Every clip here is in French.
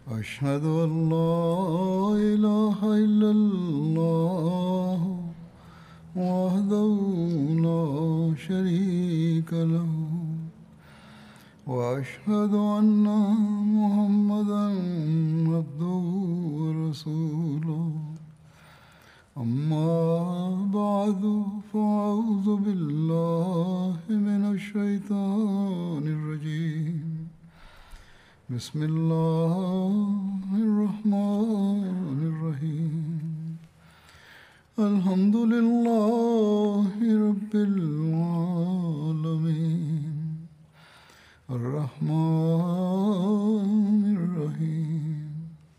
أشهد أن لا إله إلا الله وحده لا شريك له وأشهد أن محمدا عبده ورسوله أما بعد فأعوذ بالله من الشيطان الرجيم بسم الله الرحمن الرحيم الحمد لله رب العالمين الرحمن الرحيم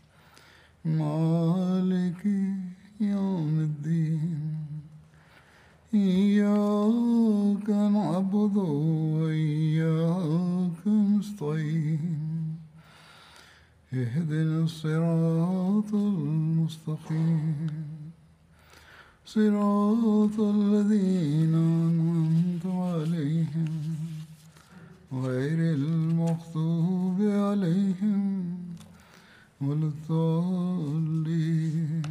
مالك يوم الدين إياك نعبد وإياك نستعين اهدنا الصراط المستقيم صراط الذين أنعمت عليهم غير المغضوب عليهم ولا الضالين.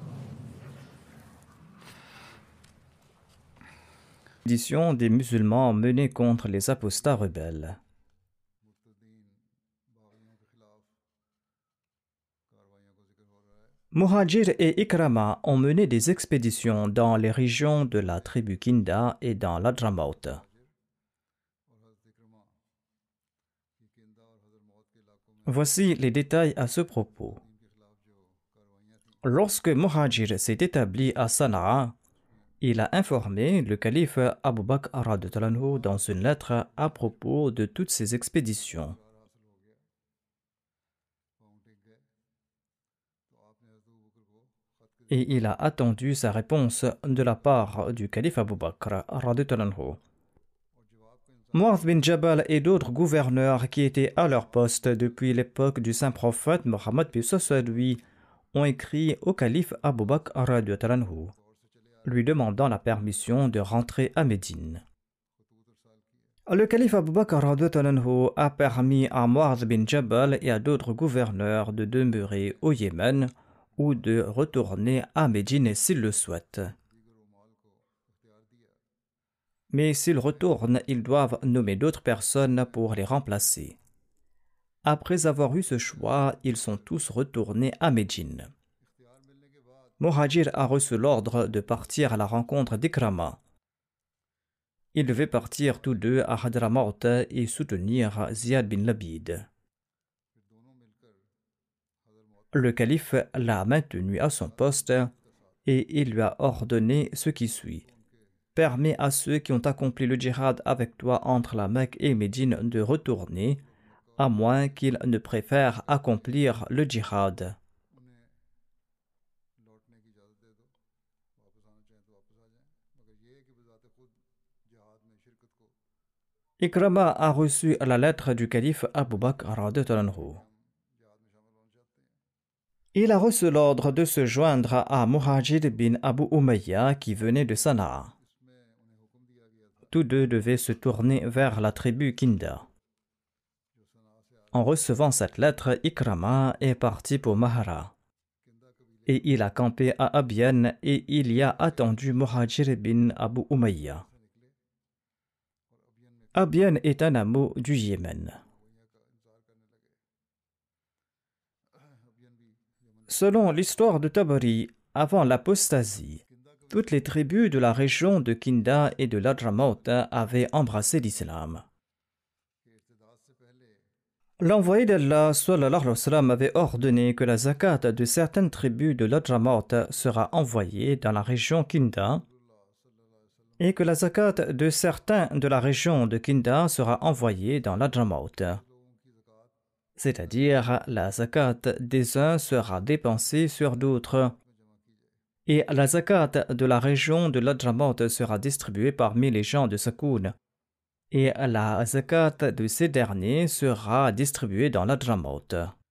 Expédition des musulmans menée contre les apostats rebelles. Muhajir et Ikrama ont mené des expéditions dans les régions de la tribu Kinda et dans l'Hadramaut. Voici les détails à ce propos. Lorsque Muhajir s'est établi à Sana'a, il a informé le calife Abu Bakr radhiyallahu anhu dans une lettre à propos de toutes ces expéditions. Et il a attendu sa réponse de la part du calife Abu Bakr radhiyallahu anhu. Mu'adh bin Jabal et d'autres gouverneurs qui étaient à leur poste depuis l'époque du saint prophète Mohammed lui ont écrit au calife Abu Bakr radhiyallahu anhu, lui demandant la permission de rentrer à Médine. Le calife Abu Bakr radhiyallahu anhu a permis à Mu'adh bin Jabal et à d'autres gouverneurs de demeurer au Yémen ou de retourner à Médine s'ils le souhaitent. Mais s'ils retournent, ils doivent nommer d'autres personnes pour les remplacer. Après avoir eu ce choix, ils sont tous retournés à Médine. Muhajir a reçu l'ordre de partir à la rencontre d'Ikrama. Ils devaient partir tous deux à Hadramaut et soutenir Ziyad bin Labid. Le calife l'a maintenu à son poste et il lui a ordonné ce qui suit. Permets à ceux qui ont accompli le djihad avec toi entre la Mecque et Médine de retourner, à moins qu'ils ne préfèrent accomplir le djihad. Ikrama a reçu la lettre du calife Abu Bakr radhiyallahu anhu. Il a reçu l'ordre de se joindre à Muhajir bin Abu Umayya qui venait de Sana'a. Tous deux devaient se tourner vers la tribu Kinda. En recevant cette lettre, Ikrama est parti pour Mahara. Et il a campé à Abyan et il y a attendu Muhajir bin Abu Umayya. Abyan est un hameau du Yémen. Selon l'histoire de Tabari, avant l'apostasie, toutes les tribus de la région de Kinda et de l'Hadramaut avaient embrassé l'islam. L'envoyé d'Allah sallallahu alayhi wa sallam avait ordonné que la zakat de certaines tribus de l'Hadramaut sera envoyée dans la région Kinda et que la zakat de certains de la région de Kinda sera envoyée dans l'Hadramaut. C'est-à-dire la zakat des uns sera dépensée sur d'autres et la zakat de la région de l'Hadramaut sera distribuée parmi les gens de Sakoun et la zakat de ces derniers sera distribuée dans l'Hadramaut.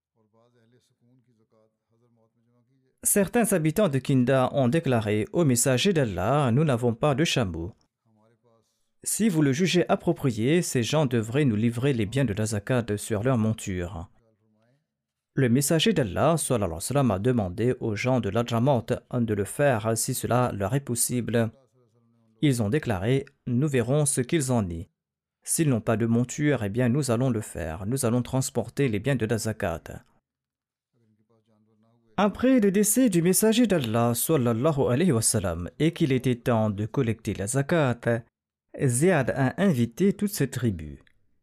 Certains habitants de Kinda ont déclaré au messager d'Allah, nous n'avons pas de chameaux. Si vous le jugez approprié, ces gens devraient nous livrer les biens de la zakat sur leur monture. Le messager d'Allah sallallahu alayhi wa sallam, a demandé aux gens de l'Hadramaut de le faire si cela leur est possible. Ils ont déclaré « Nous verrons ce qu'ils en est. S'ils n'ont pas de monture, eh bien nous allons le faire. Nous allons transporter les biens de la zakat. » Après le décès du messager d'Allah sallallahu alayhi wa sallam et qu'il était temps de collecter la zakat, Ziyad a invité toutes ces tribus.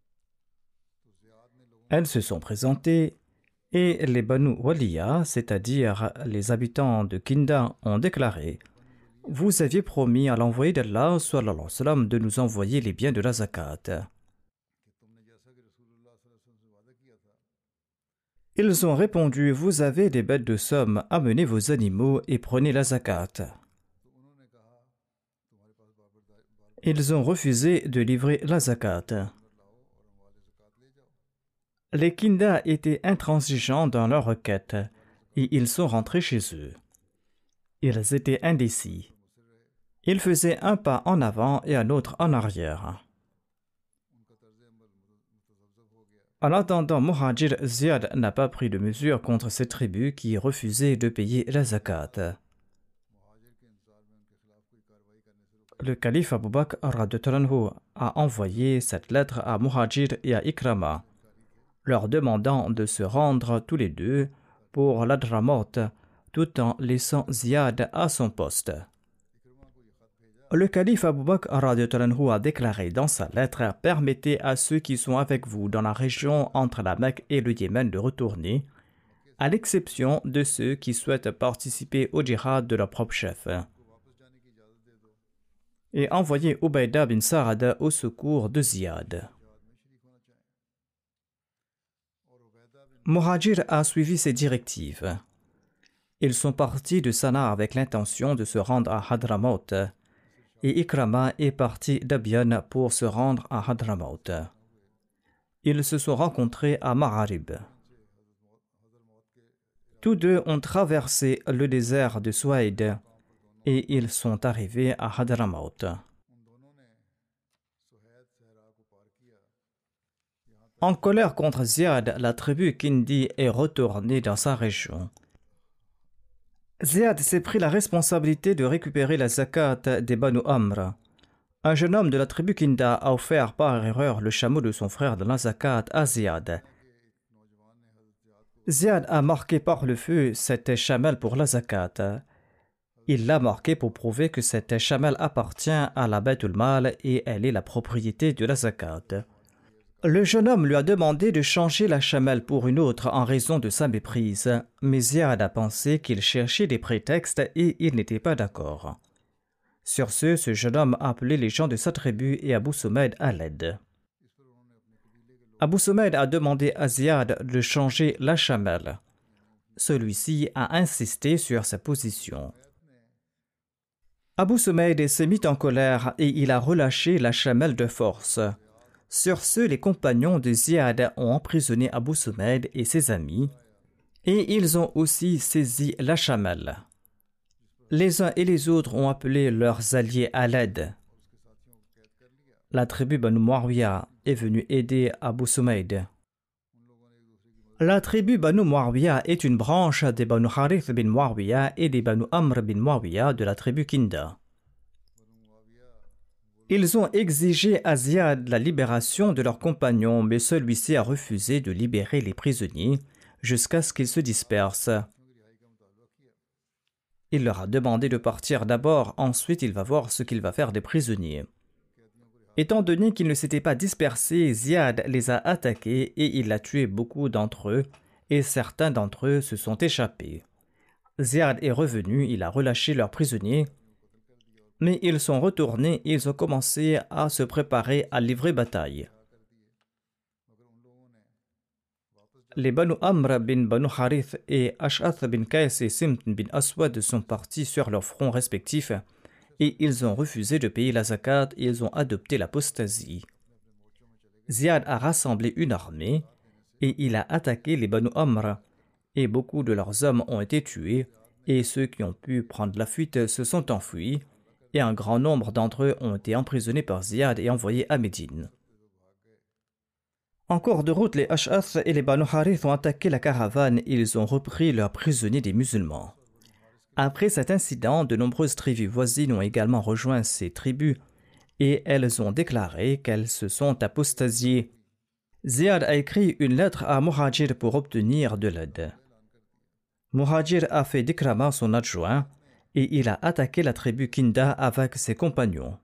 Elles se sont présentées et les Banu Waliya, c'est-à-dire les habitants de Kinda, ont déclaré « Vous aviez promis à l'envoyé d'Allah sallallahu alayhi wa sallam de nous envoyer les biens de la zakat. » Ils ont répondu « Vous avez des bêtes de somme, amenez vos animaux et prenez la zakat. » Ils ont refusé de livrer la zakat. Les Kinda étaient intransigeants dans leur requête et ils sont rentrés chez eux. Ils étaient indécis. Ils faisaient un pas en avant et un autre en arrière. En attendant Muhajir, Ziyad n'a pas pris de mesures contre ces tribus qui refusaient de payer la zakat. Le calife Abu Bakr a envoyé cette lettre à Muhajir et à Ikrama, leur demandant de se rendre tous les deux pour l'Hadramaut tout en laissant Ziyad à son poste. Le calife Abu Bakr a déclaré dans sa lettre « Permettez à ceux qui sont avec vous dans la région entre la Mecque et le Yémen de retourner, à l'exception de ceux qui souhaitent participer au djihad de leur propre chef. » Et envoyez Ubayda bin Sa'ad au secours de Ziyad. Muhajir a suivi ces directives. Ils sont partis de Sanaa avec l'intention de se rendre à Hadramaut et Ikrama est parti d'Abyan pour se rendre à Hadramaut. Ils se sont rencontrés à Ma'arib. Tous deux ont traversé le désert de Souaïd et ils sont arrivés à Hadramaut. En colère contre Ziyad, la tribu Kindi est retournée dans sa région. Ziyad s'est pris la responsabilité de récupérer la zakat des Banu Amr. Un jeune homme de la tribu Kinda a offert par erreur le chameau de son frère de la zakat à Ziyad. Ziyad a marqué par le feu cette chamelle pour la zakat. Il l'a marqué pour prouver que cette chamelle appartient à la Baytul Mal et elle est la propriété de la zakat. Le jeune homme lui a demandé de changer la chamelle pour une autre en raison de sa méprise, mais Ziyad a pensé qu'il cherchait des prétextes et il n'était pas d'accord. Sur ce jeune homme a appelé les gens de sa tribu et Abu Sumayd à l'aide. Abu Sumayd a demandé à Ziyad de changer la chamelle. Celui-ci a insisté sur sa position. Abu Sumayd s'est mis en colère et il a relâché la chamelle de force. Sur ce, les compagnons de Ziyad ont emprisonné Abu Sumayd et ses amis, et ils ont aussi saisi la chamelle. Les uns et les autres ont appelé leurs alliés à l'aide. La tribu Banu Muawiyah est venue aider Abu Sumayd. La tribu Banu Muawiyah est une branche des Banu Harith bin Muawiyah et des Banu Amr bin Muawiyah de la tribu Kinda. Ils ont exigé à Ziyad la libération de leurs compagnons, mais celui-ci a refusé de libérer les prisonniers jusqu'à ce qu'ils se dispersent. Il leur a demandé de partir d'abord, ensuite il va voir ce qu'il va faire des prisonniers. Étant donné qu'ils ne s'étaient pas dispersés, Ziyad les a attaqués et il a tué beaucoup d'entre eux, et certains d'entre eux se sont échappés. Ziyad est revenu, il a relâché leurs prisonniers, mais ils sont retournés et ils ont commencé à se préparer à livrer bataille. Les Banu Amr bin Banu Harith et Ash'ath bin Qais et Simt bin Aswad sont partis sur leurs fronts respectifs et ils ont refusé de payer la zakat et ils ont adopté l'apostasie. Ziyad a rassemblé une armée et il a attaqué les Banu Amr et beaucoup de leurs hommes ont été tués et ceux qui ont pu prendre la fuite se sont enfuis et un grand nombre d'entre eux ont été emprisonnés par Ziyad et envoyés à Médine. En cours de route, les Ash'ath et les Banu Harith ont attaqué la caravane et ils ont repris leurs prisonniers des musulmans. Après cet incident, de nombreuses tribus voisines ont également rejoint ces tribus et elles ont déclaré qu'elles se sont apostasiées. Ziyad a écrit une lettre à Muhajir pour obtenir de l'aide. Muhajir a fait d'Ikrama son adjoint et il a attaqué la tribu Kinda avec ses compagnons.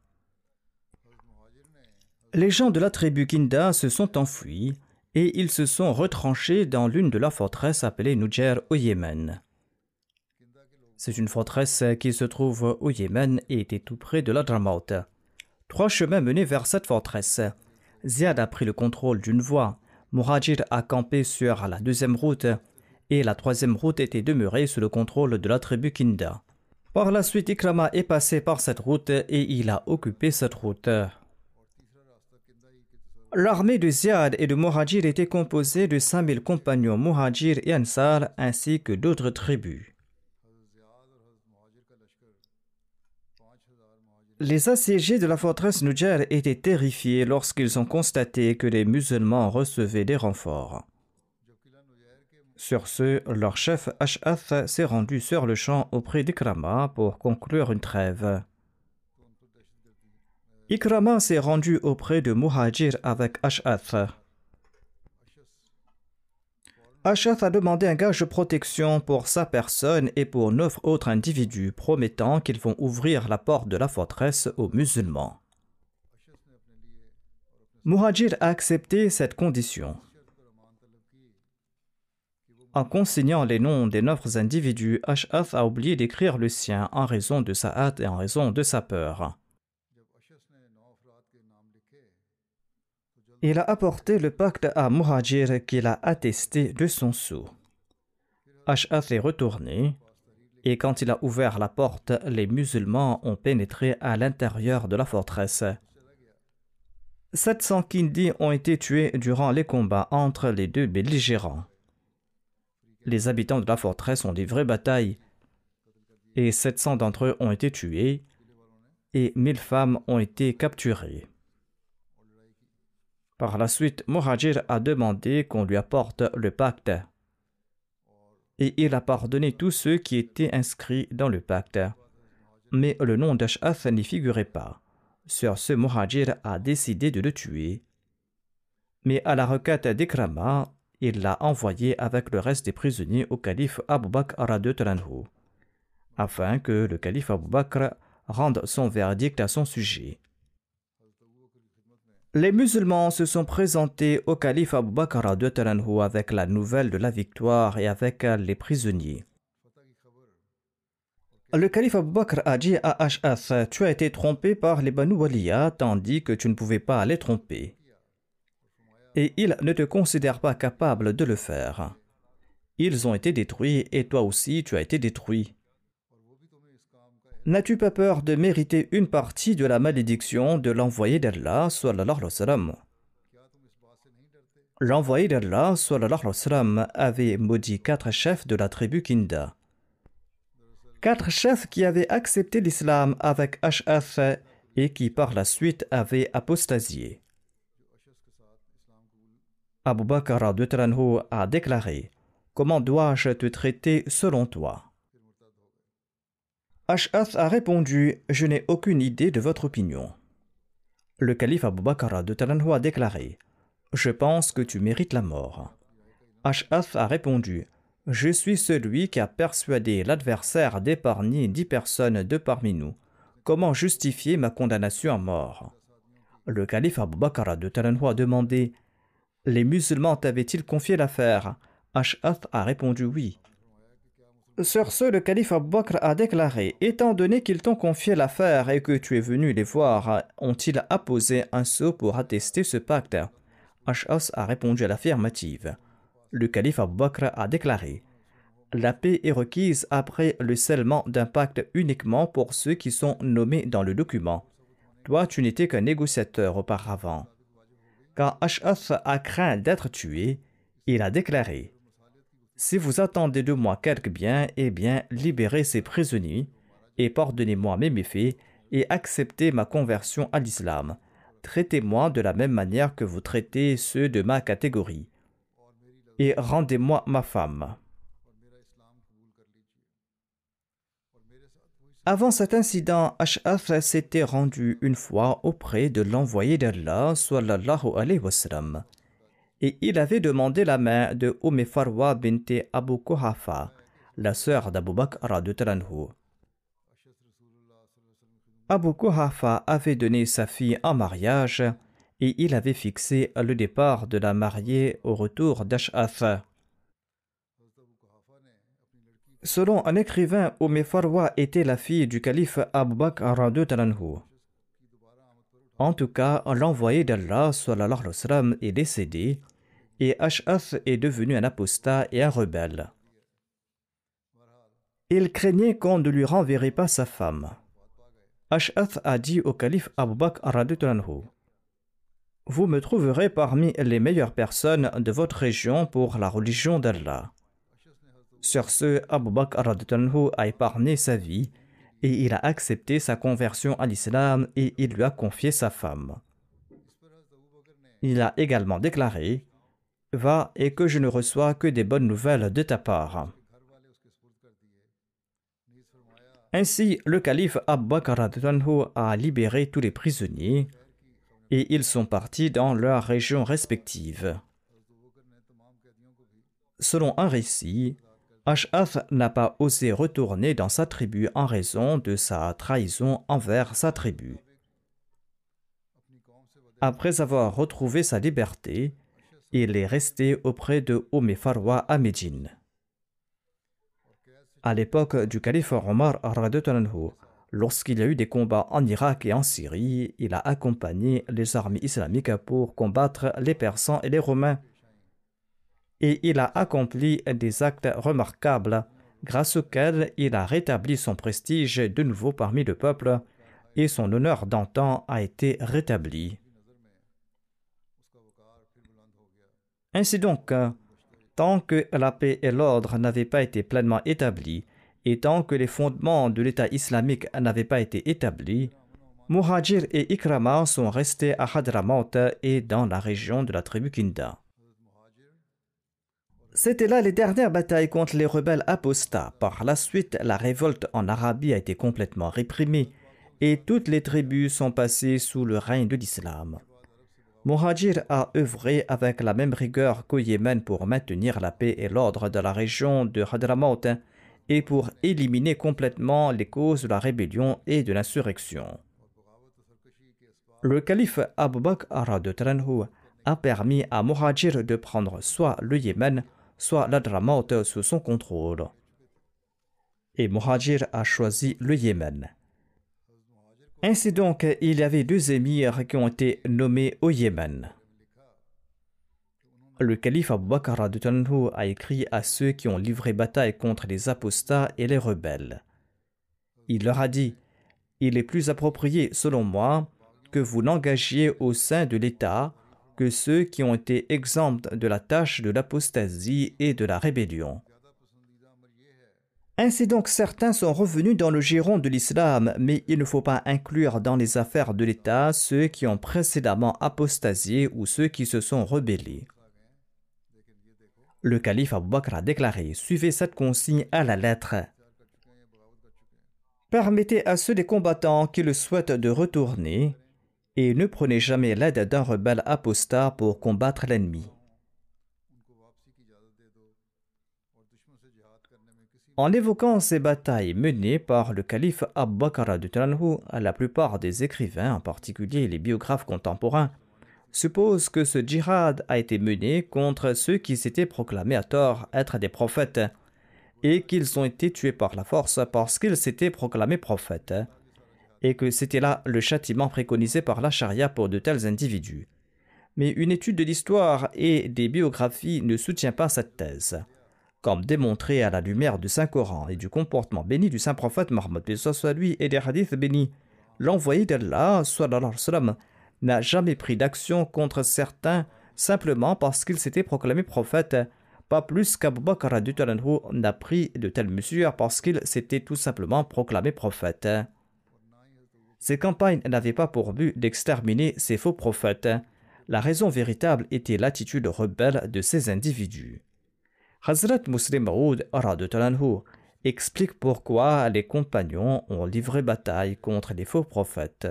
Les gens de la tribu Kinda se sont enfuis et ils se sont retranchés dans l'une de leurs forteresses appelée Nujer au Yémen. C'est une forteresse qui se trouve au Yémen et était tout près de l'Hadramaut. 3 chemins menaient vers cette forteresse. Ziyad a pris le contrôle d'une voie. Muhajir a campé sur la 2e route et la 3e route était demeurée sous le contrôle de la tribu Kinda. Par la suite, Ikrama est passé par cette route et il a occupé cette route. L'armée de Ziyad et de Muhajir était composée de 5000 compagnons Muhajir et Ansar ainsi que d'autres tribus. Les assiégés de la forteresse Nujer étaient terrifiés lorsqu'ils ont constaté que les musulmans recevaient des renforts. Sur ce, leur chef Ash'ath s'est rendu sur le champ auprès d'Ikrama pour conclure une trêve. Ikrama s'est rendu auprès de Muhajir avec Ash'ath. Ash'ath a demandé un gage de protection pour sa personne et pour 9 autres individus, promettant qu'ils vont ouvrir la porte de la forteresse aux musulmans. Muhajir a accepté cette condition. En consignant les noms des 9 individus, Ash'ath a oublié d'écrire le sien en raison de sa hâte et en raison de sa peur. Il a apporté le pacte à Muhajir qu'il a attesté de son sceau. Ash'ath est retourné et quand il a ouvert la porte, les musulmans ont pénétré à l'intérieur de la forteresse. 700 Kindi ont été tués durant les combats entre les deux belligérants. Les habitants de la forteresse ont livré bataille et 700 d'entre eux ont été tués et 1000 femmes ont été capturées. Par la suite, Muhajir a demandé qu'on lui apporte le pacte. Et il a pardonné tous ceux qui étaient inscrits dans le pacte. Mais le nom d'Ash'ath n'y figurait pas. Sur ce, Muhajir a décidé de le tuer. Mais à la requête d'Ikrama, il l'a envoyé avec le reste des prisonniers au calife Abu Bakr radhiyallahu anhu, afin que le calife Abu Bakr rende son verdict à son sujet. Les musulmans se sont présentés au calife Abu Bakr radhiyallahu anhu avec la nouvelle de la victoire et avec les prisonniers. Le calife Abu Bakr a dit à Ash'ath, « Tu as été trompé par les Banu Waliya tandis que tu ne pouvais pas les tromper. Et ils ne te considèrent pas capable de le faire. Ils ont été détruits et toi aussi tu as été détruit. N'as-tu pas peur de mériter une partie de la malédiction de l'envoyé d'Allah sallallahu alayhi wa sallam ?» L'envoyé d'Allah sallallahu alayhi wa sallam avait maudit 4 chefs de la tribu Kinda. 4 chefs qui avaient accepté l'islam avec Ash'ath et qui par la suite avaient apostasié. Abu Bakr radhiyallahu anhu a déclaré, « Comment dois-je te traiter selon toi ?» Ash'ath a répondu, « Je n'ai aucune idée de votre opinion. » Le calife Abu Bakr radhiyallahu anhu a déclaré, « Je pense que tu mérites la mort. » Ash'ath a répondu, « Je suis celui qui a persuadé l'adversaire d'épargner 10 personnes de parmi nous. Comment justifier ma condamnation à mort ?» Le calife Abu Bakr radhiyallahu anhu a demandé, « Les musulmans t'avaient-ils confié l'affaire ?» Ash'ath a répondu oui. Sur ce, le calife Abu Bakr a déclaré, « Étant donné qu'ils t'ont confié l'affaire et que tu es venu les voir, ont-ils apposé un sceau pour attester ce pacte ?» Ash'ath a répondu à l'affirmative. Le calife Abu Bakr a déclaré, « La paix est requise après le scellement d'un pacte uniquement pour ceux qui sont nommés dans le document. Toi, tu n'étais qu'un négociateur auparavant. » Quand Ash'ath a craint d'être tué, il a déclaré, « Si vous attendez de moi quelque bien, eh bien, libérez ces prisonniers et pardonnez-moi mes méfaits et acceptez ma conversion à l'islam. traitez-moi de la même manière que vous traitez ceux de ma catégorie, et rendez-moi ma femme. Avant cet incident, Ash'ath s'était rendu une fois auprès de l'envoyé d'Allah, sallallahu alayhi wa sallam, et il avait demandé la main de Farwa bint Abu Quhafa, la sœur d'Abu Bakr radhiyallahu anhu. Abu Quhafa avait donné sa fille en mariage et il avait fixé le départ de la mariée au retour d'Ash'ath. Selon un écrivain, Farwa était la fille du calife Abu Bakr radhiyallahu anhu. En tout cas, l'envoyé d'Allah sallallahu alayhi wa sallam est décédé et Ash'ath est devenu un apostat et un rebelle. Il craignait qu'on ne lui renverrait pas sa femme. Ash'ath a dit au calife Abu Bakr radhiyallahu anhu: Vous me trouverez parmi les meilleures personnes de votre région pour la religion d'Allah. Sur ce, Abu Bakr radhiyallahu anhu a épargné sa vie et il a accepté sa conversion à l'islam et il lui a confié sa femme. Il a également déclaré: Va et que je ne reçois que des bonnes nouvelles de ta part. Ainsi, le calife Abu Bakr radhiyallahu anhu a libéré tous les prisonniers et ils sont partis dans leurs régions respectives. Selon un récit, Ash'ath n'a pas osé retourner dans sa tribu en raison de sa trahison envers sa tribu. Après avoir retrouvé sa liberté, il est resté auprès de Farwa à Médine. À l'époque du calife Omar radhiyallahu anhu, lorsqu'il y a eu des combats en Irak et en Syrie, il a accompagné les armées islamiques pour combattre les Persans et les Romains. Et il a accompli des actes remarquables, grâce auxquels il a rétabli son prestige de nouveau parmi le peuple et son honneur d'antan a été rétabli. Ainsi donc, tant que la paix et l'ordre n'avaient pas été pleinement établis et tant que les fondements de l'État islamique n'avaient pas été établis, Muhajir et Ikrama sont restés à Hadramaut et dans la région de la tribu Kinda. C'étaient là les dernières batailles contre les rebelles apostats. Par la suite, la révolte en Arabie a été complètement réprimée et toutes les tribus sont passées sous le règne de l'islam. Muhajir a œuvré avec la même rigueur qu'au Yémen pour maintenir la paix et l'ordre de la région de Hadramaut et pour éliminer complètement les causes de la rébellion et de l'insurrection. Le calife Abu Bakr radhiyallahu anhu a permis à Muhajir de prendre soit le Yémen, soit l'Hadramaut sous son contrôle. Et Muhajir a choisi le Yémen. Ainsi donc, il y avait deux émirs qui ont été nommés au Yémen. Le calife Abu Bakr radhiyallahu anhu a écrit à ceux qui ont livré bataille contre les apostats et les rebelles. Il leur a dit: Il est plus approprié, selon moi, que vous n'engagiez au sein de l'État que ceux qui ont été exempts de la tâche de l'apostasie et de la rébellion. Ainsi donc, certains sont revenus dans le giron de l'islam, mais il ne faut pas inclure dans les affaires de l'État ceux qui ont précédemment apostasié ou ceux qui se sont rebellés. Le calife Abu Bakr a déclaré: Suivez cette consigne à la lettre. Permettez à ceux des combattants qui le souhaitent de retourner et ne prenez jamais l'aide d'un rebelle apostat pour combattre l'ennemi. En évoquant ces batailles menées par le calife Abu Bakr radhiyallahu anhu, la plupart des écrivains, en particulier les biographes contemporains, supposent que ce djihad a été mené contre ceux qui s'étaient proclamés à tort être des prophètes et qu'ils ont été tués par la force parce qu'ils s'étaient proclamés prophètes et que c'était là le châtiment préconisé par la charia pour de tels individus. Mais une étude de l'histoire et des biographies ne soutient pas cette thèse. Comme démontré à la lumière du Saint-Coran et du comportement béni du Saint-Prophète Mohammed lui et des hadiths bénis, l'envoyé d'Allah sallallahu alayhi wa sallam n'a jamais pris d'action contre certains simplement parce qu'ils s'étaient proclamés prophètes, pas plus qu'Abu Bakr radhiyallahu anhu n'a pris de telles mesures parce qu'il s'était tout simplement proclamé prophète. Ces campagnes n'avaient pas pour but d'exterminer ces faux prophètes. La raison véritable était l'attitude rebelle de ces individus. Hazrat Muslim Maud explique pourquoi les compagnons ont livré bataille contre les faux prophètes.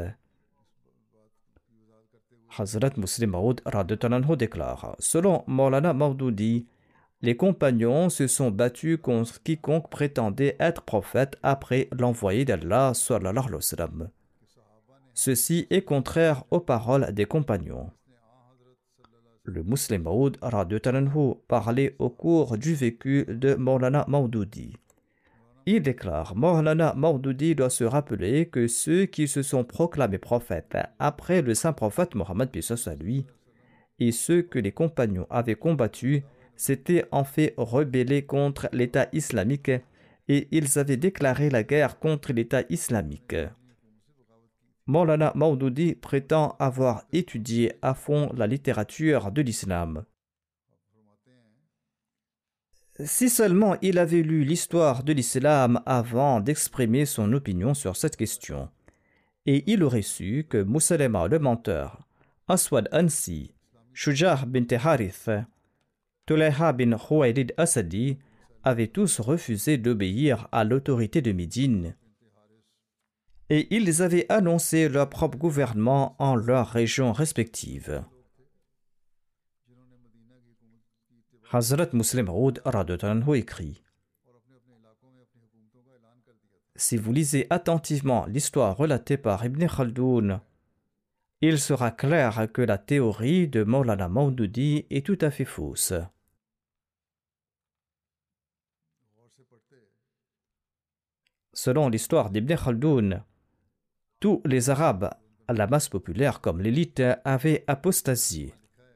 Hazrat Muslim Maud déclare: selon Maulana Maudoudi, les compagnons se sont battus contre quiconque prétendait être prophète après l'envoyé d'Allah sallallahu alayhi wa sallam. Ceci est contraire aux paroles des compagnons. Le Muslim Maud parlait au cours du vécu de Maulana Maudoudi. Il déclare: Maulana Maudoudi doit se rappeler que ceux qui se sont proclamés prophètes après le saint prophète Mohammed lui et ceux que les compagnons avaient combattus s'étaient en fait rebellés contre l'État islamique et ils avaient déclaré la guerre contre l'État islamique. Maulana Maudoudi prétend avoir étudié à fond la littérature de l'islam. Si seulement il avait lu l'histoire de l'islam avant d'exprimer son opinion sur cette question, et il aurait su que Musaylama le menteur, Aswad Ansi, Shujah bint Harith, Tulayha bin Khuwaylid Asadi avaient tous refusé d'obéir à l'autorité de Médine, et ils avaient annoncé leur propre gouvernement en leurs régions respectives. Hazrat Muslim Maud écrit: si vous lisez attentivement l'histoire relatée par Ibn Khaldoun, il sera clair que la théorie de Maulana Maudoudi est tout à fait fausse. Selon l'histoire d'Ibn Khaldoun, tous les Arabes, à la masse populaire comme l'élite, avaient apostasié.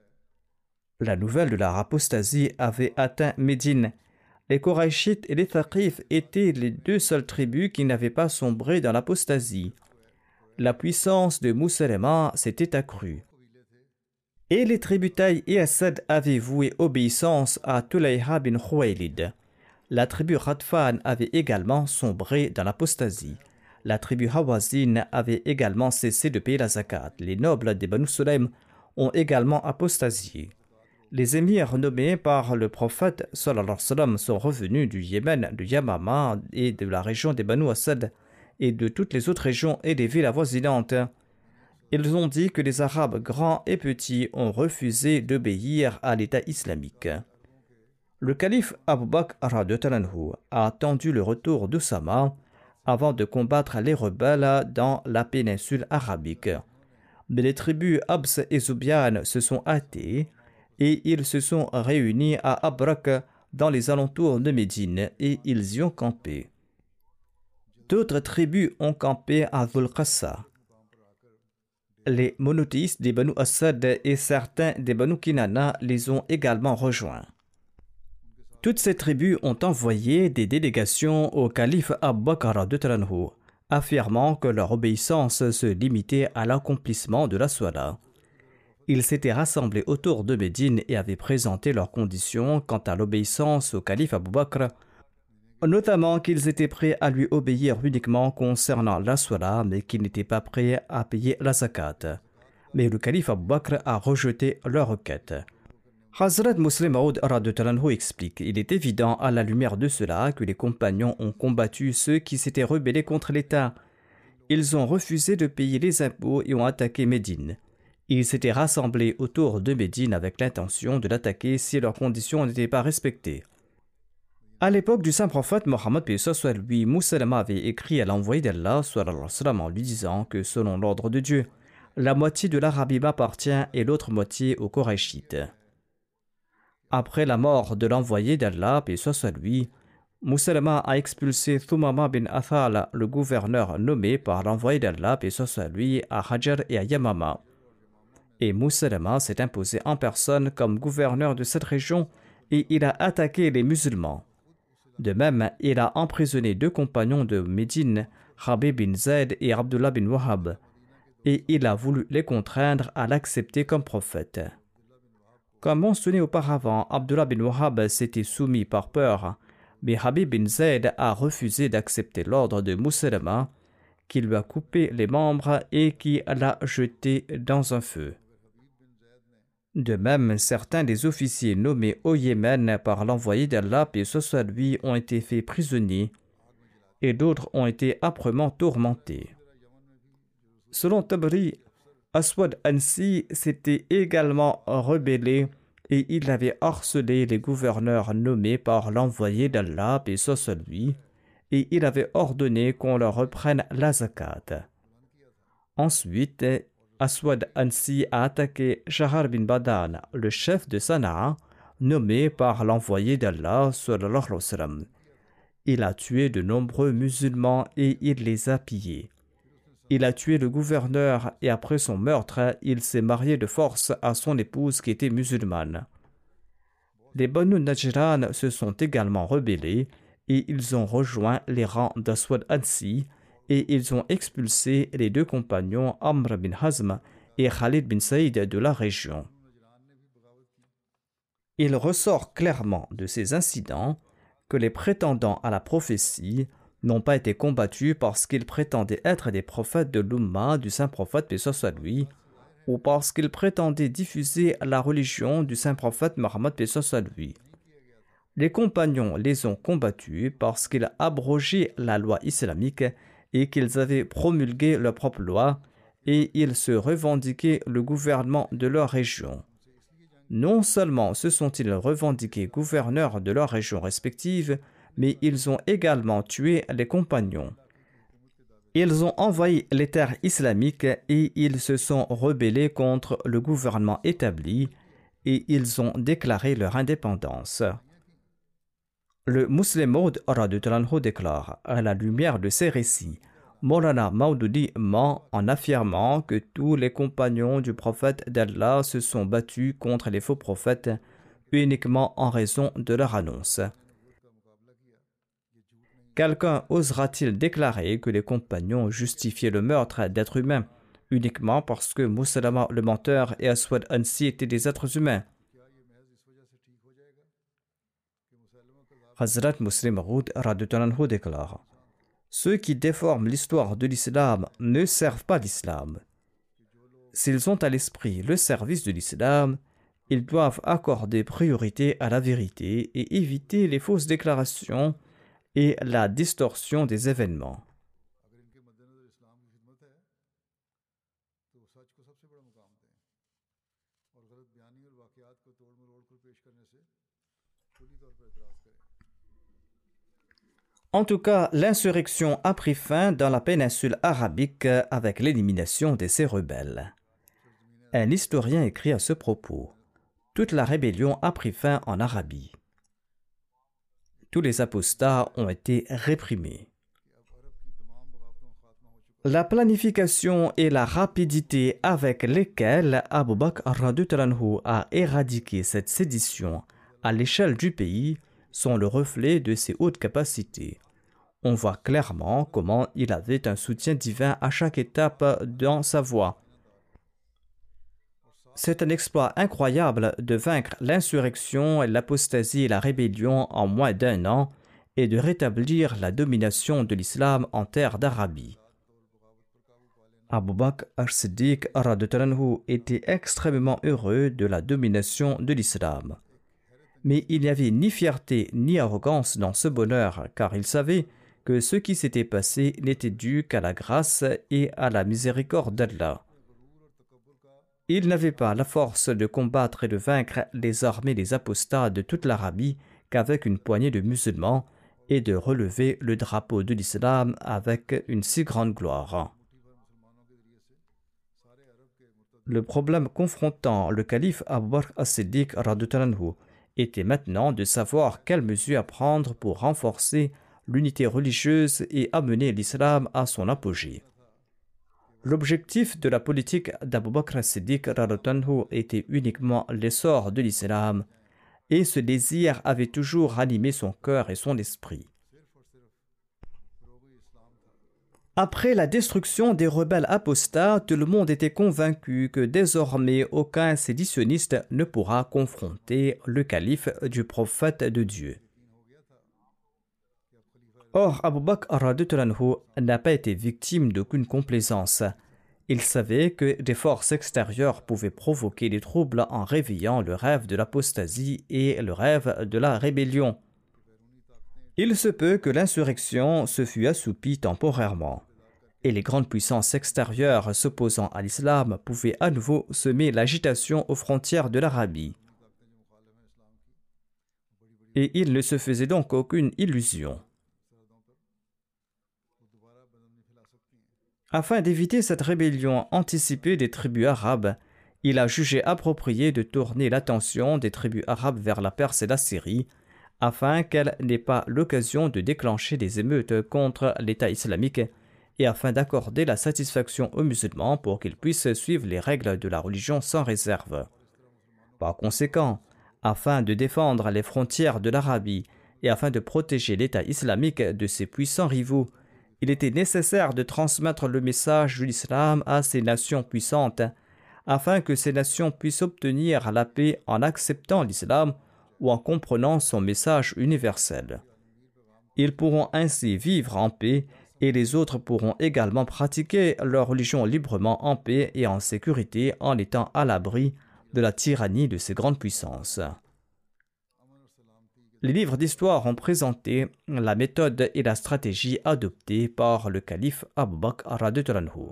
La nouvelle de leur apostasie avait atteint Médine. Les Koraïchites et les Thaqif étaient les deux seules tribus qui n'avaient pas sombré dans l'apostasie. La puissance de Musaylama s'était accrue. Et les tribus Taï et Asad avaient voué obéissance à Tulayha bin Khuwaylid. La tribu Radfan avait également sombré dans l'apostasie. La tribu Hawazin avait également cessé de payer la zakat. Les nobles des Banu Sulaym ont également apostasié. Les émirs nommés par le prophète sallallahu alayhi wa sallam sont revenus du Yémen, du Yamama et de la région des Banu Asad et de toutes les autres régions et des villes avoisinantes. Ils ont dit que les Arabes grands et petits ont refusé d'obéir à l'État islamique. Le calife Abu Bakr a attendu le retour d'Oussama avant de combattre les rebelles dans la péninsule arabique. Mais les tribus Abs et Zoubian se sont hâtées et ils se sont réunis à Abrak dans les alentours de Médine et ils y ont campé. D'autres tribus ont campé à Dhul-Qassa. Les monothéistes des Banu Asad et certains des Banu Kinana les ont également rejoints. Toutes ces tribus ont envoyé des délégations au calife Abu Bakr affirmant que leur obéissance se limitait à l'accomplissement de la Salat. Ils s'étaient rassemblés autour de Médine et avaient présenté leurs conditions quant à l'obéissance au calife Abu Bakr, notamment qu'ils étaient prêts à lui obéir uniquement concernant la Salat, mais qu'ils n'étaient pas prêts à payer la zakat. Mais le calife Abu Bakr a rejeté leur requête. Hazrat Muslim Maud explique: il est évident à la lumière de cela que les compagnons ont combattu ceux qui s'étaient rebellés contre l'État. Ils ont refusé de payer les impôts et ont attaqué Médine. Ils s'étaient rassemblés autour de Médine avec l'intention de l'attaquer si leurs conditions n'étaient pas respectées. À l'époque du saint prophète Mohammed lui, Musaylama avait écrit à l'envoyé d'Allah en lui disant que selon l'ordre de Dieu, la moitié de l'Arabie m'appartient et l'autre moitié aux Koraïchites. Après la mort de l'envoyé d'Allah, lui, Musaylama a expulsé Thumama bin Athal, le gouverneur nommé par l'envoyé d'Allah, lui, à Hajar et à Yamama. Et Musaylama s'est imposé en personne comme gouverneur de cette région et il a attaqué les musulmans. De même, il a emprisonné deux compagnons de Médine, Habib bin Zayd et Abdullah bin Wahab, et il a voulu les contraindre à l'accepter comme prophète. Comme mentionné auparavant, Abdullah bin Wahab s'était soumis par peur, mais Habib bin Zayd a refusé d'accepter l'ordre de Musaylama, qui lui a coupé les membres et qui l'a jeté dans un feu. De même, certains des officiers nommés au Yémen par l'envoyé d'Allah, paix soit lui, ont été faits prisonniers et d'autres ont été âprement tourmentés. Selon Tabari, Aswad Ansi s'était également rebellé et il avait harcelé les gouverneurs nommés par l'envoyé d'Allah, paix soit lui, et il avait ordonné qu'on leur reprenne la zakat. Ensuite, Aswad Ansi a attaqué Shahar bin Badan, le chef de Sanaa, nommé par l'envoyé d'Allah, sallallahu alayhi wa sallam. Il a tué de nombreux musulmans et il les a pillés. Il a tué le gouverneur et après son meurtre, il s'est marié de force à son épouse qui était musulmane. Les Banu Najran se sont également rebellés et ils ont rejoint les rangs d'Aswad Ansi et ils ont expulsé les deux compagnons Amr bin Hazm et Khalid bin Saïd de la région. Il ressort clairement de ces incidents que les prétendants à la prophétie n'ont pas été combattus parce qu'ils prétendaient être des prophètes de l'Umma du saint prophète, paix soit lui, ou parce qu'ils prétendaient diffuser la religion du saint prophète Mohammed, paix soit lui. Les compagnons les ont combattus parce qu'ils abrogeaient la loi islamique et qu'ils avaient promulgué leur propre loi et ils se revendiquaient le gouvernement de leur région. Non seulement se sont-ils revendiqués gouverneurs de leur région respective, mais ils ont également tué les compagnons. Ils ont envahi les terres islamiques et ils se sont rebellés contre le gouvernement établi et ils ont déclaré leur indépendance. Le Muslim Maud radhiyallahu déclare, à la lumière de ces récits, Maulana Maududi ment en affirmant que tous les compagnons du prophète d'Allah se sont battus contre les faux prophètes uniquement en raison de leur annonce. Quelqu'un osera-t-il déclarer que les compagnons justifiaient le meurtre d'êtres humains uniquement parce que Musalama le menteur et Aswad Ansi étaient des êtres humains? Hazrat Muslim Maud radhiyallahu déclare: ceux qui déforment l'histoire de l'islam ne servent pas l'islam. S'ils ont à l'esprit le service de l'islam, ils doivent accorder priorité à la vérité et éviter les fausses déclarations et la distorsion des événements. En tout cas, l'insurrection a pris fin dans la péninsule arabique avec l'élimination de ces rebelles. Un historien écrit à ce propos: toute la rébellion a pris fin en Arabie. Tous les apostats ont été réprimés. La planification et la rapidité avec lesquelles Abu Bakr radhiyallahu a éradiqué cette sédition à l'échelle du pays sont le reflet de ses hautes capacités. On voit clairement comment il avait un soutien divin à chaque étape dans sa voie. C'est un exploit incroyable de vaincre l'insurrection, l'apostasie et la rébellion en moins d'un an et de rétablir la domination de l'islam en terre d'Arabie. Abu Bakr as-Siddiq radhiyallahu était extrêmement heureux de la domination de l'islam. Mais il n'y avait ni fierté ni arrogance dans ce bonheur, car il savait que ce qui s'était passé n'était dû qu'à la grâce et à la miséricorde d'Allah. Il n'avait pas la force de combattre et de vaincre les armées des apostats de toute l'Arabie qu'avec une poignée de musulmans et de relever le drapeau de l'islam avec une si grande gloire. Le problème confrontant le calife Abu Bakr as-Siddiq radhiyallahu était maintenant de savoir quelles mesures prendre pour renforcer l'unité religieuse et amener l'islam à son apogée. L'objectif de la politique d'Abu Bakr as-Siddiq radhiyallahu était uniquement l'essor de l'islam, et ce désir avait toujours animé son cœur et son esprit. Après la destruction des rebelles apostats, tout le monde était convaincu que désormais aucun séditionniste ne pourra confronter le calife du prophète de Dieu. Or, Abu Bakr radhiyallahu anhu n'a pas été victime d'aucune complaisance. Il savait que des forces extérieures pouvaient provoquer des troubles en réveillant le rêve de l'apostasie et le rêve de la rébellion. Il se peut que l'insurrection se fût assoupie temporairement, et les grandes puissances extérieures s'opposant à l'islam pouvaient à nouveau semer l'agitation aux frontières de l'Arabie. Et il ne se faisait donc aucune illusion. Afin d'éviter cette rébellion anticipée des tribus arabes, il a jugé approprié de tourner l'attention des tribus arabes vers la Perse et la Syrie, afin qu'elles n'aient pas l'occasion de déclencher des émeutes contre l'État islamique et afin d'accorder la satisfaction aux musulmans pour qu'ils puissent suivre les règles de la religion sans réserve. Par conséquent, afin de défendre les frontières de l'Arabie et afin de protéger l'État islamique de ses puissants rivaux, il était nécessaire de transmettre le message de l'islam à ces nations puissantes, afin que ces nations puissent obtenir la paix en acceptant l'islam ou en comprenant son message universel. Ils pourront ainsi vivre en paix et les autres pourront également pratiquer leur religion librement en paix et en sécurité en étant à l'abri de la tyrannie de ces grandes puissances. Les livres d'histoire ont présenté la méthode et la stratégie adoptées par le calife Abu Bakr radhiyallahu anhu.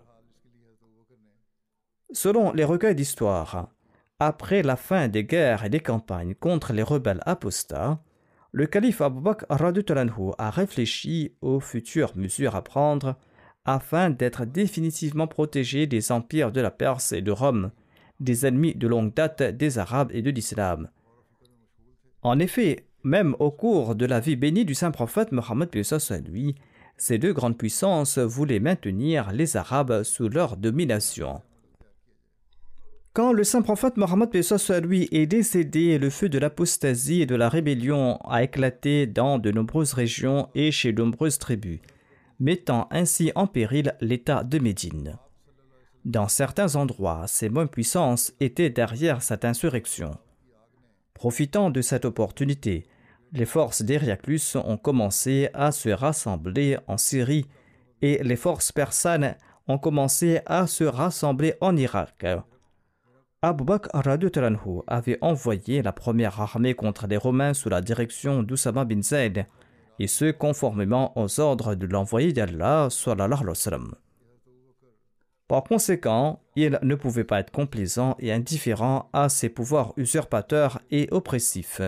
Selon les recueils d'histoire, après la fin des guerres et des campagnes contre les rebelles apostats, le calife Abu Bakr radhiyallahu anhu a réfléchi aux futures mesures à prendre afin d'être définitivement protégé des empires de la Perse et de Rome, des ennemis de longue date des Arabes et de l'Islam. En effet, même au cours de la vie bénie du saint prophète Mohammed lui, ces deux grandes puissances voulaient maintenir les Arabes sous leur domination. Quand le saint prophète Mohammed lui est décédé, le feu de l'apostasie et de la rébellion a éclaté dans de nombreuses régions et chez de nombreuses tribus, mettant ainsi en péril l'état de Médine. Dans certains endroits, ces mêmes puissances étaient derrière cette insurrection. Profitant de cette opportunité, les forces d'Héraclius ont commencé à se rassembler en Syrie et les forces persanes ont commencé à se rassembler en Irak. Abu Bakr radhiyallahu anhu avait envoyé la première armée contre les Romains sous la direction d'Usama bin Zayd, et ce conformément aux ordres de l'envoyé d'Allah sallallahu alayhi wa sallam. Par conséquent, il ne pouvait pas être complaisant et indifférent à ses pouvoirs usurpateurs et oppressifs.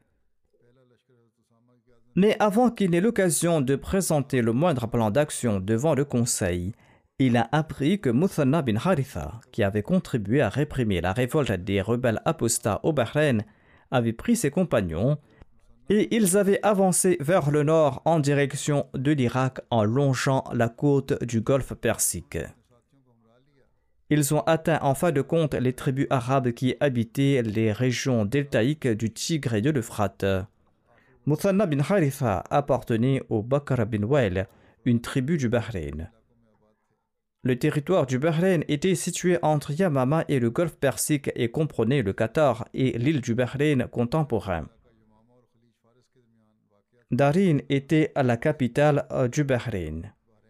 Mais avant qu'il n'ait l'occasion de présenter le moindre plan d'action devant le conseil, il a appris que Muthanna bin Haritha, qui avait contribué à réprimer la révolte des rebelles apostats au Bahreïn, avait pris ses compagnons et ils avaient avancé vers le nord en direction de l'Irak en longeant la côte du golfe Persique. Ils ont atteint en fin de compte les tribus arabes qui habitaient les régions deltaïques du Tigre et de l'Euphrate. Muthanna bin Haritha appartenait au Bakr bin Wail, une tribu du Bahreïn. Le territoire du Bahreïn était situé entre Yamama et le golfe Persique et comprenait le Qatar et l'île du Bahreïn contemporain. Darin était la capitale du Bahreïn.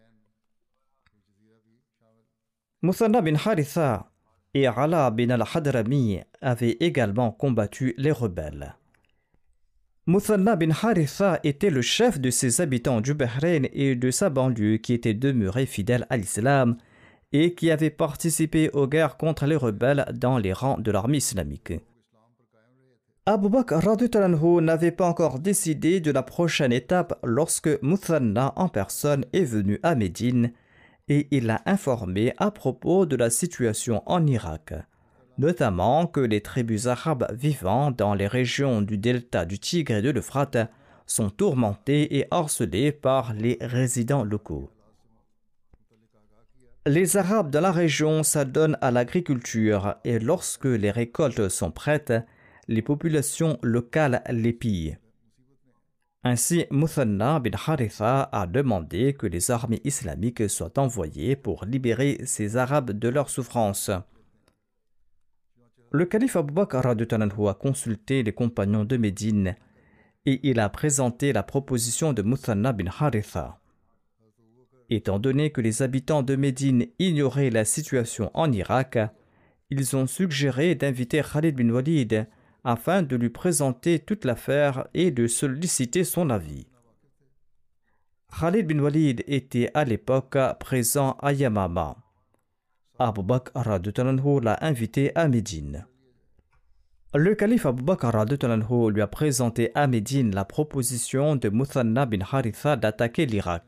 Muthanna bin Haritha et Ala bin al-Hadrami avaient également combattu les rebelles. Muthanna bin Haritha était le chef de ses habitants du Bahreïn et de sa banlieue qui étaient demeurés fidèles à l'islam et qui avaient participé aux guerres contre les rebelles dans les rangs de l'armée islamique. Abu Bakr radhiyallahu anhu n'avait pas encore décidé de la prochaine étape lorsque Muthanna en personne est venu à Médine et il l'a informé à propos de la situation en Irak, notamment que les tribus arabes vivant dans les régions du delta du Tigre et de l'Euphrate sont tourmentées et harcelées par les résidents locaux. Les Arabes de la région s'adonnent à l'agriculture et lorsque les récoltes sont prêtes, les populations locales les pillent. Ainsi, Muthanna bin Haritha a demandé que les armées islamiques soient envoyées pour libérer ces Arabes de leurs souffrances. Le calife Abu Bakr radhiyallahu anhu a consulté les compagnons de Médine et il a présenté la proposition de Muthanna bin Haritha. Étant donné que les habitants de Médine ignoraient la situation en Irak, ils ont suggéré d'inviter Khalid bin Walid afin de lui présenter toute l'affaire et de solliciter son avis. Khalid bin Walid était à l'époque présent à Yamama. Abu Bakr radhiyallahu anhu l'a invité à Médine. Le calife Abu Bakr radhiyallahu anhu lui a présenté à Médine la proposition de Muthanna bin Haritha d'attaquer l'Irak.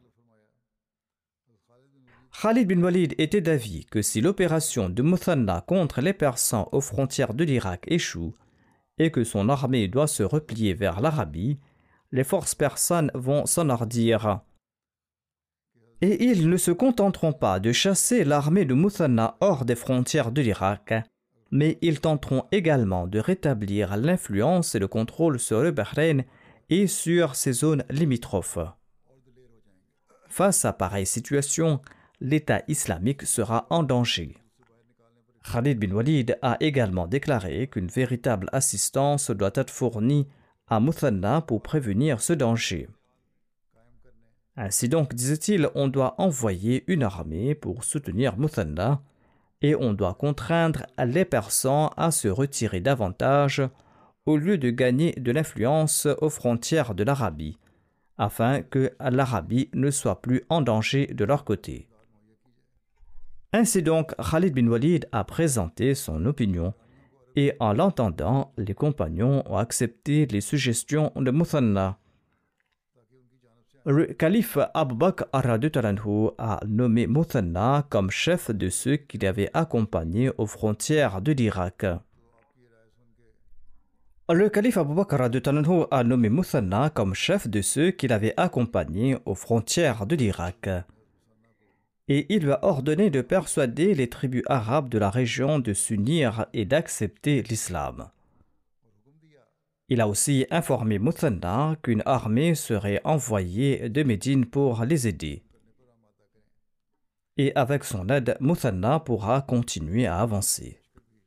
Khalid bin Walid était d'avis que si l'opération de Muthanna contre les Persans aux frontières de l'Irak échoue et que son armée doit se replier vers l'Arabie, les forces persanes vont s'enhardir. Et ils ne se contenteront pas de chasser l'armée de Muthanna hors des frontières de l'Irak, mais ils tenteront également de rétablir l'influence et le contrôle sur le Bahreïn et sur ses zones limitrophes. Face à pareille situation, l'État islamique sera en danger. Khalid bin Walid a également déclaré qu'une véritable assistance doit être fournie à Muthanna pour prévenir ce danger. Ainsi donc, disait-il, on doit envoyer une armée pour soutenir Muthanna et on doit contraindre les Persans à se retirer davantage au lieu de gagner de l'influence aux frontières de l'Arabie, afin que l'Arabie ne soit plus en danger de leur côté. Ainsi donc, Khalid bin Walid a présenté son opinion et en l'entendant, les compagnons ont accepté les suggestions de Muthanna. Le calife Abu Bakr radhiyallahu anhu a nommé Muthanna comme chef de ceux qui l'avaient accompagné aux frontières de l'Irak. Le calife Abu Bakr radhiyallahu anhu a nommé Muthanna comme chef de ceux qui l'avaient accompagné aux frontières de l'Irak. Et il lui a ordonné de persuader les tribus arabes de la région de s'unir et d'accepter l'islam. Il a aussi informé Muthanna qu'une armée serait envoyée de Médine pour les aider. Et avec son aide, Muthanna pourra continuer à avancer.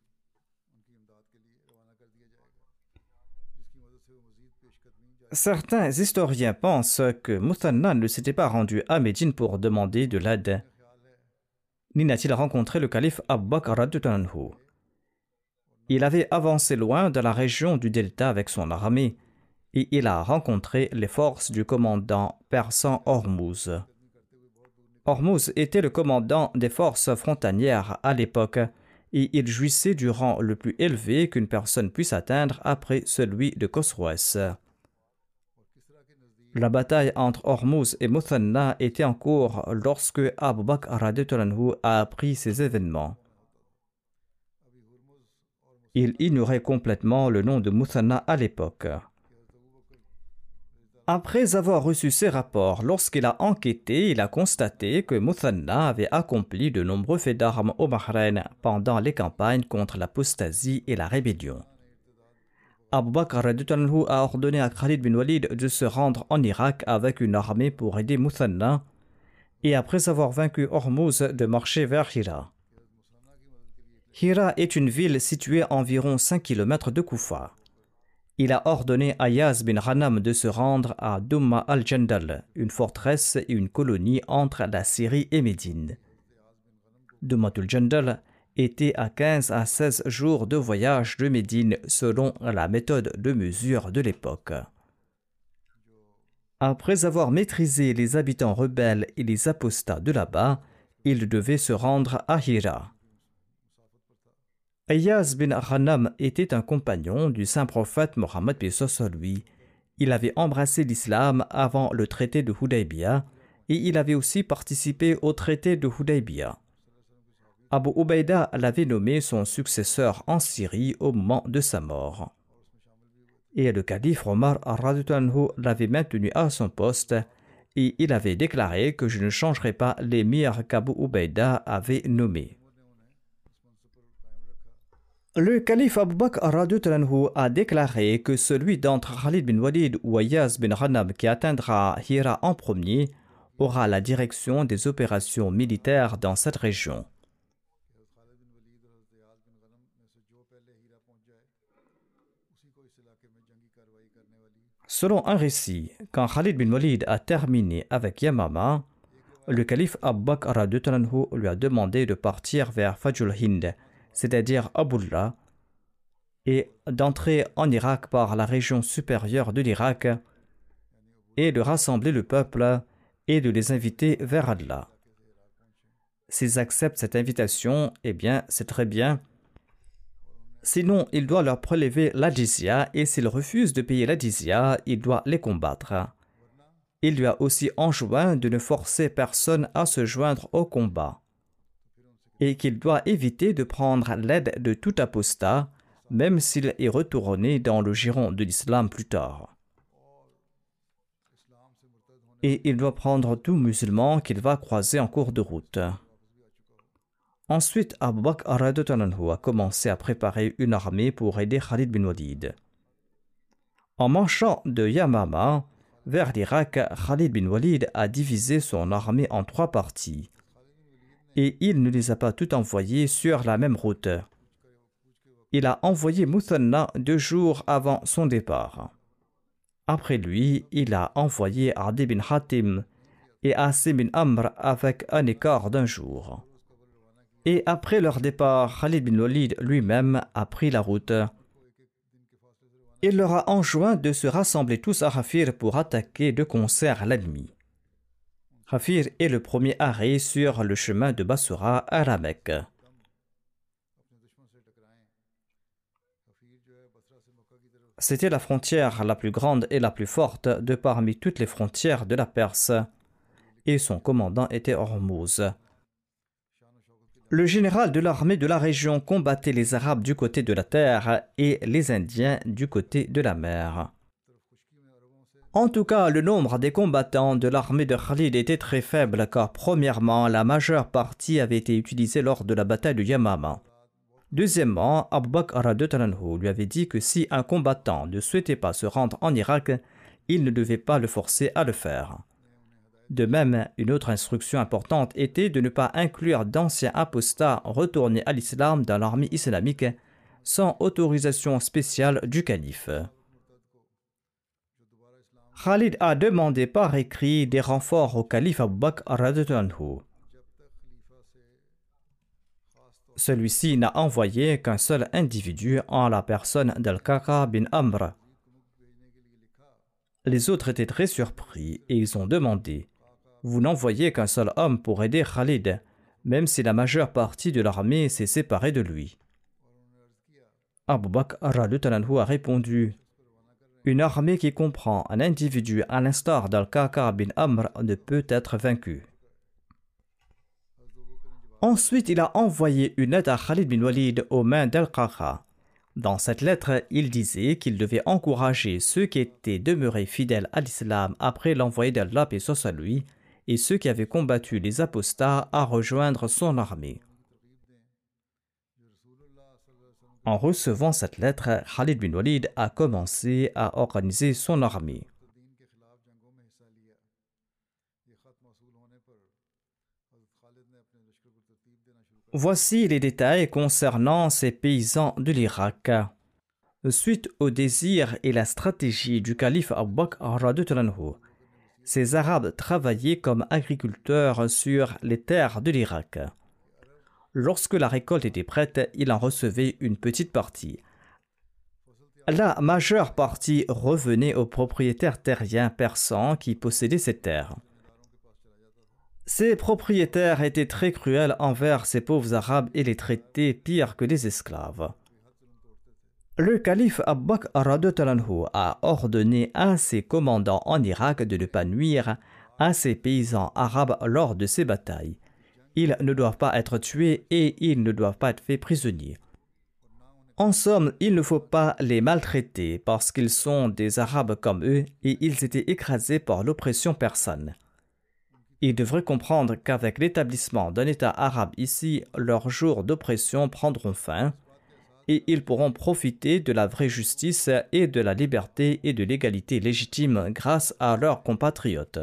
Certains historiens pensent que Muthanna ne s'était pas rendu à Médine pour demander de l'aide, ni n'a-t-il rencontré le calife Abu Bakr radhiyallahu anhu. Il avait avancé loin dans la région du delta avec son armée et il a rencontré les forces du commandant persan Hormuz. Hormuz était le commandant des forces frontalières à l'époque et il jouissait du rang le plus élevé qu'une personne puisse atteindre après celui de Khosroès. La bataille entre Hormuz et Muthanna était en cours lorsque Abu Bakr radhiyallahu anhu a appris ces événements. Il ignorait complètement le nom de Muthanna à l'époque. Après avoir reçu ces rapports, lorsqu'il a enquêté, il a constaté que Muthanna avait accompli de nombreux faits d'armes au Bahreïn pendant les campagnes contre l'apostasie et la rébellion. Abu Bakr radhiyallahu anhu a ordonné à Khalid bin Walid de se rendre en Irak avec une armée pour aider Muthanna et après avoir vaincu Hormuz de marcher vers Hira. Hira est une ville située à environ 5 km de Koufa. Il a ordonné à Yaz bin Ghanam de se rendre à Dumma al-Jandal, une forteresse et une colonie entre la Syrie et Médine. Dumma al-Jandal était à 15 à 16 jours de voyage de Médine selon la méthode de mesure de l'époque. Après avoir maîtrisé les habitants rebelles et les apostats de là-bas, il devait se rendre à Hira. Ayaz bin Ghanam était un compagnon du saint prophète Mohammed lui. Il avait embrassé l'islam avant le traité de Hudaybiyah et il avait aussi participé au traité de Hudaybiyah. Abu Ubaïda l'avait nommé son successeur en Syrie au moment de sa mort. Et le calife Omar radhiyallahu anhu l'avait maintenu à son poste et il avait déclaré que je ne changerai pas l'émir qu'Abu Ubaïda avait nommé. Le calife Abu Bakr radhiyallahu anhu a déclaré que celui d'entre Khalid bin Walid ou Ayaz bin Ghanam qui atteindra Hira en premier aura la direction des opérations militaires dans cette région. Selon un récit, quand Khalid bin Walid a terminé avec Yamama, le calife Abu Bakr lui a demandé de partir vers Fajul Hind, c'est-à-dire Abullah, et d'entrer en Irak par la région supérieure de l'Irak et de rassembler le peuple et de les inviter vers Allah. S'ils acceptent cette invitation, eh bien, c'est très bien. Sinon, il doit leur prélever la jizya et s'ils refusent de payer la jizya, il doit les combattre. Il lui a aussi enjoint de ne forcer personne à se joindre au combat et qu'il doit éviter de prendre l'aide de tout apostat, même s'il est retourné dans le giron de l'islam plus tard. Et il doit prendre tout musulman qu'il va croiser en cours de route. Ensuite, Abu Bakr a commencé à préparer une armée pour aider Khalid bin Walid. En marchant de Yamama vers l'Irak, Khalid bin Walid a divisé son armée en 3 parties. Et il ne les a pas toutes envoyées sur la même route. Il a envoyé Muthanna 2 jours avant son départ. Après lui, il a envoyé Adi bin Hatim et Asim bin Amr avec un écart d'1 jour. Et après leur départ, Khalid bin Walid lui-même a pris la route. Il leur a enjoint de se rassembler tous à Hafir pour attaquer de concert l'ennemi. Hafir est le premier arrêt sur le chemin de Basra à la Mecque. C'était la frontière la plus grande et la plus forte de parmi toutes les frontières de la Perse, et son commandant était Hormuz. Le général de l'armée de la région combattait les Arabes du côté de la terre et les Indiens du côté de la mer. En tout cas, le nombre des combattants de l'armée de Khalid était très faible car premièrement, la majeure partie avait été utilisée lors de la bataille de Yamama. Deuxièmement, Abu Bakr lui avait dit que si un combattant ne souhaitait pas se rendre en Irak, il ne devait pas le forcer à le faire. De même, une autre instruction importante était de ne pas inclure d'anciens apostats retournés à l'islam dans l'armée islamique sans autorisation spéciale du calife. Khalid a demandé par écrit des renforts au calife Abu Bakr. Celui-ci n'a envoyé qu'un seul individu en la personne d'Al-Qaqa bin Amr. Les autres étaient très surpris et ils ont demandé « Vous n'envoyez qu'un seul homme pour aider Khalid, même si la majeure partie de l'armée s'est séparée de lui. » Abu Bakr a répondu « Une armée qui comprend un individu à l'instar d'Al-Qaqa bin Amr ne peut être vaincue. » Ensuite, il a envoyé une lettre à Khalid bin Walid aux mains d'Al-Qaqa. Dans cette lettre, il disait qu'il devait encourager ceux qui étaient demeurés fidèles à l'islam après l'envoyé d'Allah et soit lui, et ceux qui avaient combattu les apostats à rejoindre son armée. En recevant cette lettre, Khalid bin Walid a commencé à organiser son armée. Voici les détails concernant ces paysans de l'Irak. Suite au désir et la stratégie du calife Abu Bakr, ces Arabes travaillaient comme agriculteurs sur les terres de l'Irak. Lorsque la récolte était prête, il en recevait une petite partie. La majeure partie revenait aux propriétaires terriens persans qui possédaient ces terres. Ces propriétaires étaient très cruels envers ces pauvres Arabes et les traitaient pire que des esclaves. Le calife Abu Bakr a ordonné à ses commandants en Irak de ne pas nuire à ces paysans arabes lors de ces batailles. Ils ne doivent pas être tués et ils ne doivent pas être faits prisonniers. En somme, il ne faut pas les maltraiter parce qu'ils sont des Arabes comme eux et ils étaient écrasés par l'oppression persane. Ils devraient comprendre qu'avec l'établissement d'un État arabe ici, leurs jours d'oppression prendront fin et ils pourront profiter de la vraie justice et de la liberté et de l'égalité légitime grâce à leurs compatriotes.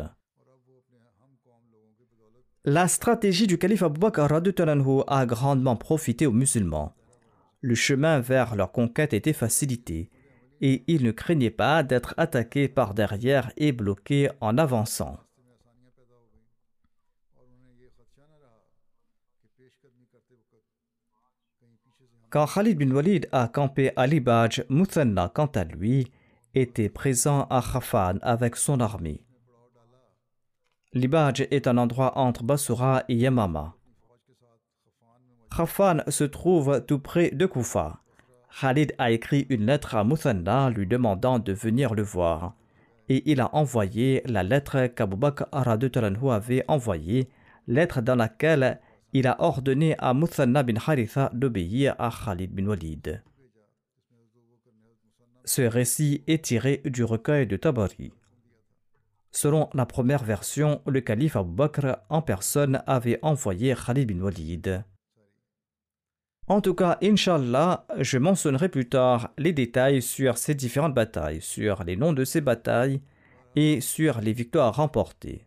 La stratégie du calife Abu Bakr a grandement profité aux musulmans. Le chemin vers leur conquête était facilité et il ne craignait pas d'être attaqué par derrière et bloqué en avançant. Quand Khalid bin Walid a campé à Libaj, Muthanna, quant à lui, était présent à Khafan avec son armée. Libaj est un endroit entre Basura et Yamama. Khafan se trouve tout près de Koufa. Khalid a écrit une lettre à Muthanna lui demandant de venir le voir. Et il a envoyé la lettre qu'Abu Bakr avait envoyée, lettre dans laquelle il a ordonné à Muthanna bin Haritha d'obéir à Khalid bin Walid. Ce récit est tiré du recueil de Tabari. Selon la première version, le calife Abu Bakr en personne avait envoyé Khalid bin Walid. En tout cas, Inch'Allah, je mentionnerai plus tard les détails sur ces différentes batailles, sur les noms de ces batailles et sur les victoires remportées.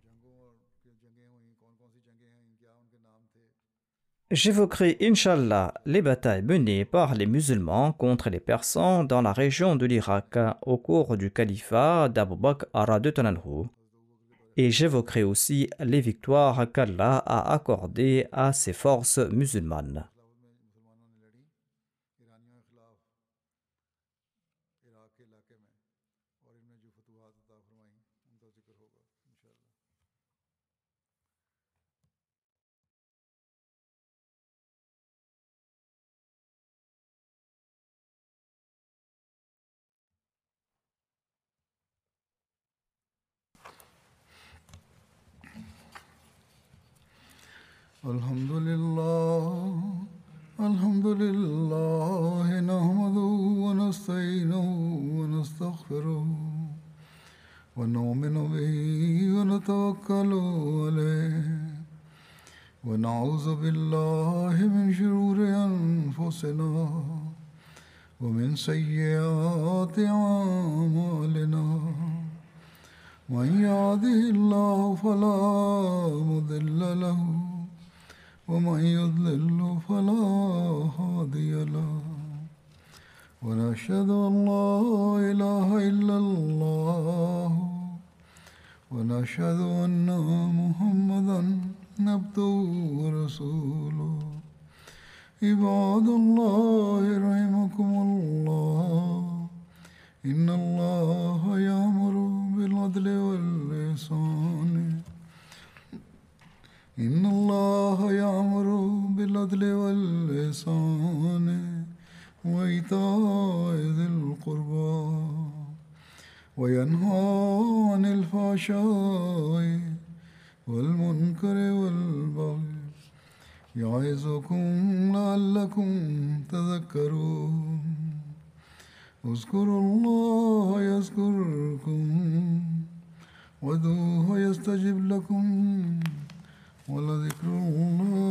J'évoquerai, Inch'Allah, les batailles menées par les musulmans contre les Persans dans la région de l'Irak au cours du califat d'Abu Bakr ar-Radiyallahu, et j'évoquerai aussi les victoires qu'Allah a accordées à ces forces musulmanes. Alhamdulillah, nahmaduhu wa nasta'inuhu wa nastaghfiruh wa nu'minu bihi wa natawakkalu alayhi wa na'udhu billahi min shururi anfusina wa min sayyiati a'malina. Man yahdihillahu fala mudilla lahu ومن يضلل فلا هادي له ونشهد أن لا إله إلا الله ونشهد أن محمدا عبده ورسوله عباد الله رحمكم الله إن الله يأمر بالعدل والإحسان إن الله يأمر بالعدل والإحسان وإيتاء ذي القربى وينهى عن الفحشاء والمنكر والبغي يعظكم لعلكم تذكرون اذكروا الله يذكركم وادعوه يستجب لكم ولذكر الله